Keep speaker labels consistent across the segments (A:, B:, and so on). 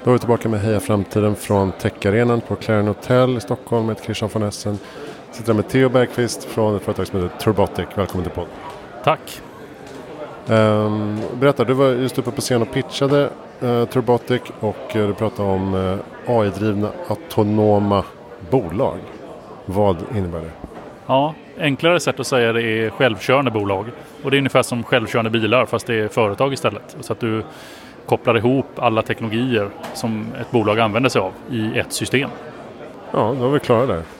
A: Då är vi tillbaka med Heja Framtiden från Tech-arenan på Clarion Hotel i Stockholm med Christian von Essen. Sitter där med Theo Bergqvist från ett företag som heter Turbotic. Välkommen till podden.
B: Tack.
A: Berätta, du var just uppe på scen och pitchade Turbotic och du pratade om AI-drivna autonoma bolag. Vad innebär det?
B: Ja, enklare sätt att säga det är självkörande bolag. Och det är ungefär som självkörande bilar fast det är företag istället. Så att du kopplar ihop alla teknologier som ett bolag använder sig av i ett system.
A: Ja, då är vi klara där.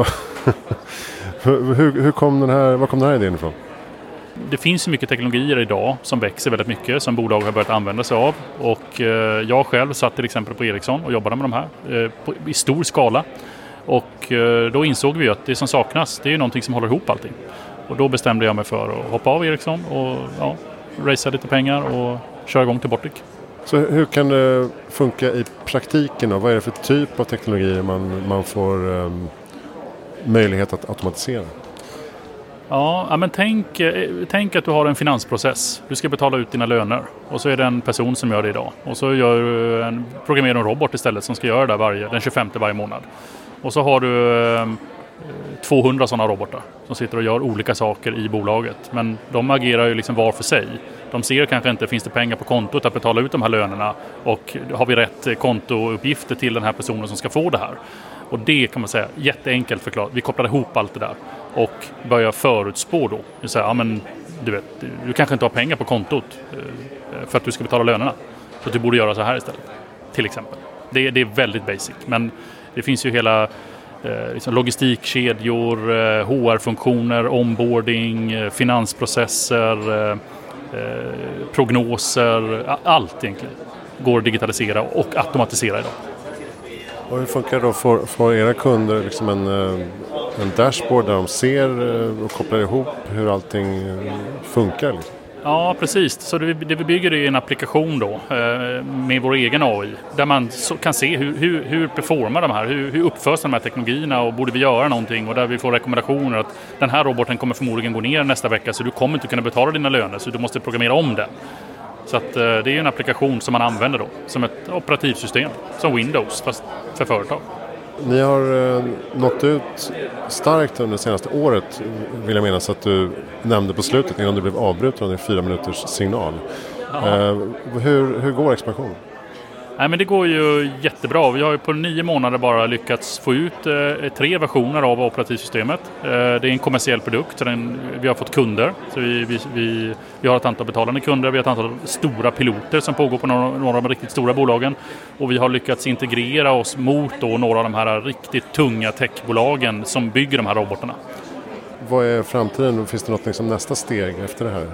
A: Var kom den här idén ifrån?
B: Det finns ju mycket teknologier idag som växer väldigt mycket som bolag har börjat använda sig av. Och jag själv satt till exempel på Ericsson och jobbade med de här i stor skala. Och då insåg vi att det som saknas, det är ju någonting som håller ihop allting. Och då bestämde jag mig för att hoppa av Ericsson och racea lite pengar och köra igång Turbotic.
A: Så hur kan det funka i praktiken då? Vad är det för typ av teknologier man får möjlighet att automatisera?
B: Ja, men tänk att du har en finansprocess. Du ska betala ut dina löner. Och så är det en person som gör det idag. Och så programmerar du en robot istället som ska göra det den 25 varje månad. Och så har du 200 sådana robotar som sitter och gör olika saker i bolaget. Men de agerar ju liksom var för sig. De ser kanske inte, finns det pengar på kontot att betala ut de här lönerna och har vi rätt kontouppgifter till den här personen som ska få det här. Och det kan man säga, jätteenkelt förklarat. Vi kopplar ihop allt det där och börjar förutspå då. Det säger, ja, men, du kanske inte har pengar på kontot för att du ska betala lönerna. Så du borde göra så här istället, till exempel. Det är väldigt basic, men det finns ju hela logistikkedjor, HR-funktioner, onboarding, finansprocesser, prognoser, allt egentligen går att digitalisera och automatisera idag.
A: Och hur funkar det då för era kunder liksom en dashboard där de ser och kopplar ihop hur allting funkar? Liksom?
B: Ja, precis. Så det vi bygger är en applikation då med vår egen AI där man kan se hur performar de här, hur uppförs de här teknologierna och borde vi göra någonting, och där vi får rekommendationer att den här roboten kommer förmodligen gå ner nästa vecka så du kommer inte kunna betala dina löner så du måste programmera om den. Så att det är en applikation som man använder då som ett operativsystem som Windows fast för företag.
A: Ni har nått ut starkt under det senaste året, vill jag minnas att du nämnde på slutet innan du blev avbruten under 4 minuters signal. Hur går expansionen?
B: Nej, men det går ju jättebra. Vi har ju på 9 månader bara lyckats få ut 3 versioner av operativsystemet. Det är en kommersiell produkt. Vi har fått kunder. Så vi har ett antal betalande kunder. Vi har ett antal stora piloter som pågår på några av de riktigt stora bolagen. Och vi har lyckats integrera oss mot då några av de här riktigt tunga techbolagen som bygger de här robotarna.
A: Vad är framtiden? Finns det något liksom nästa steg efter det här?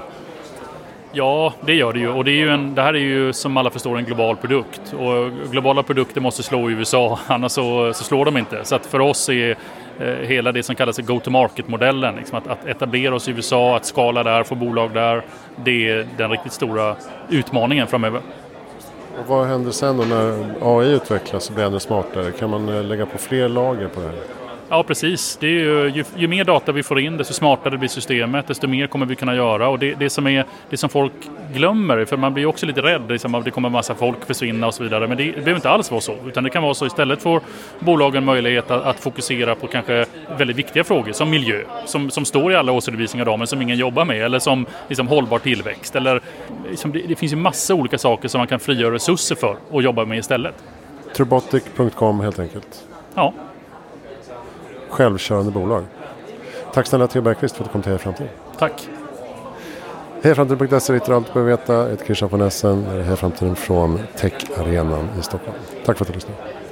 B: Ja, det gör det ju. Och det här är ju som alla förstår en global produkt. Och globala produkter måste slå i USA, annars så slår de inte. Så att för oss är hela det som kallas go-to-market-modellen, liksom att etablera oss i USA, att skala där, få bolag där, det är den riktigt stora utmaningen framöver.
A: Och vad händer sen då när AI utvecklas och blir ännu smartare? Kan man lägga på fler lager på det här?
B: Ja, precis. Det är ju mer data vi får in, desto smartare blir systemet, desto mer kommer vi kunna göra. Och det som folk glömmer, för man blir också lite rädd, liksom, att det kommer en massa folk försvinna och så vidare. Men det behöver inte alls vara så, utan det kan vara så istället får bolagen möjlighet att fokusera på kanske väldigt viktiga frågor som miljö, som står i alla årsredovisningar idag men som ingen jobbar med, eller som liksom, hållbar tillväxt. Eller, liksom, det finns ju massa olika saker som man kan frigöra resurser för och jobba med istället.
A: Turbotic.com helt enkelt.
B: Ja.
A: Självkörande bolag. Tack snälla Theo Bergqvist för att du kom till Heja Framtiden.
B: Tack.
A: Heja Framtiden.se hittar allt du behöver veta. Ett Christian von Essen. Heja Framtiden från Tech-arenan i Stockholm. Tack för att du lyssnade.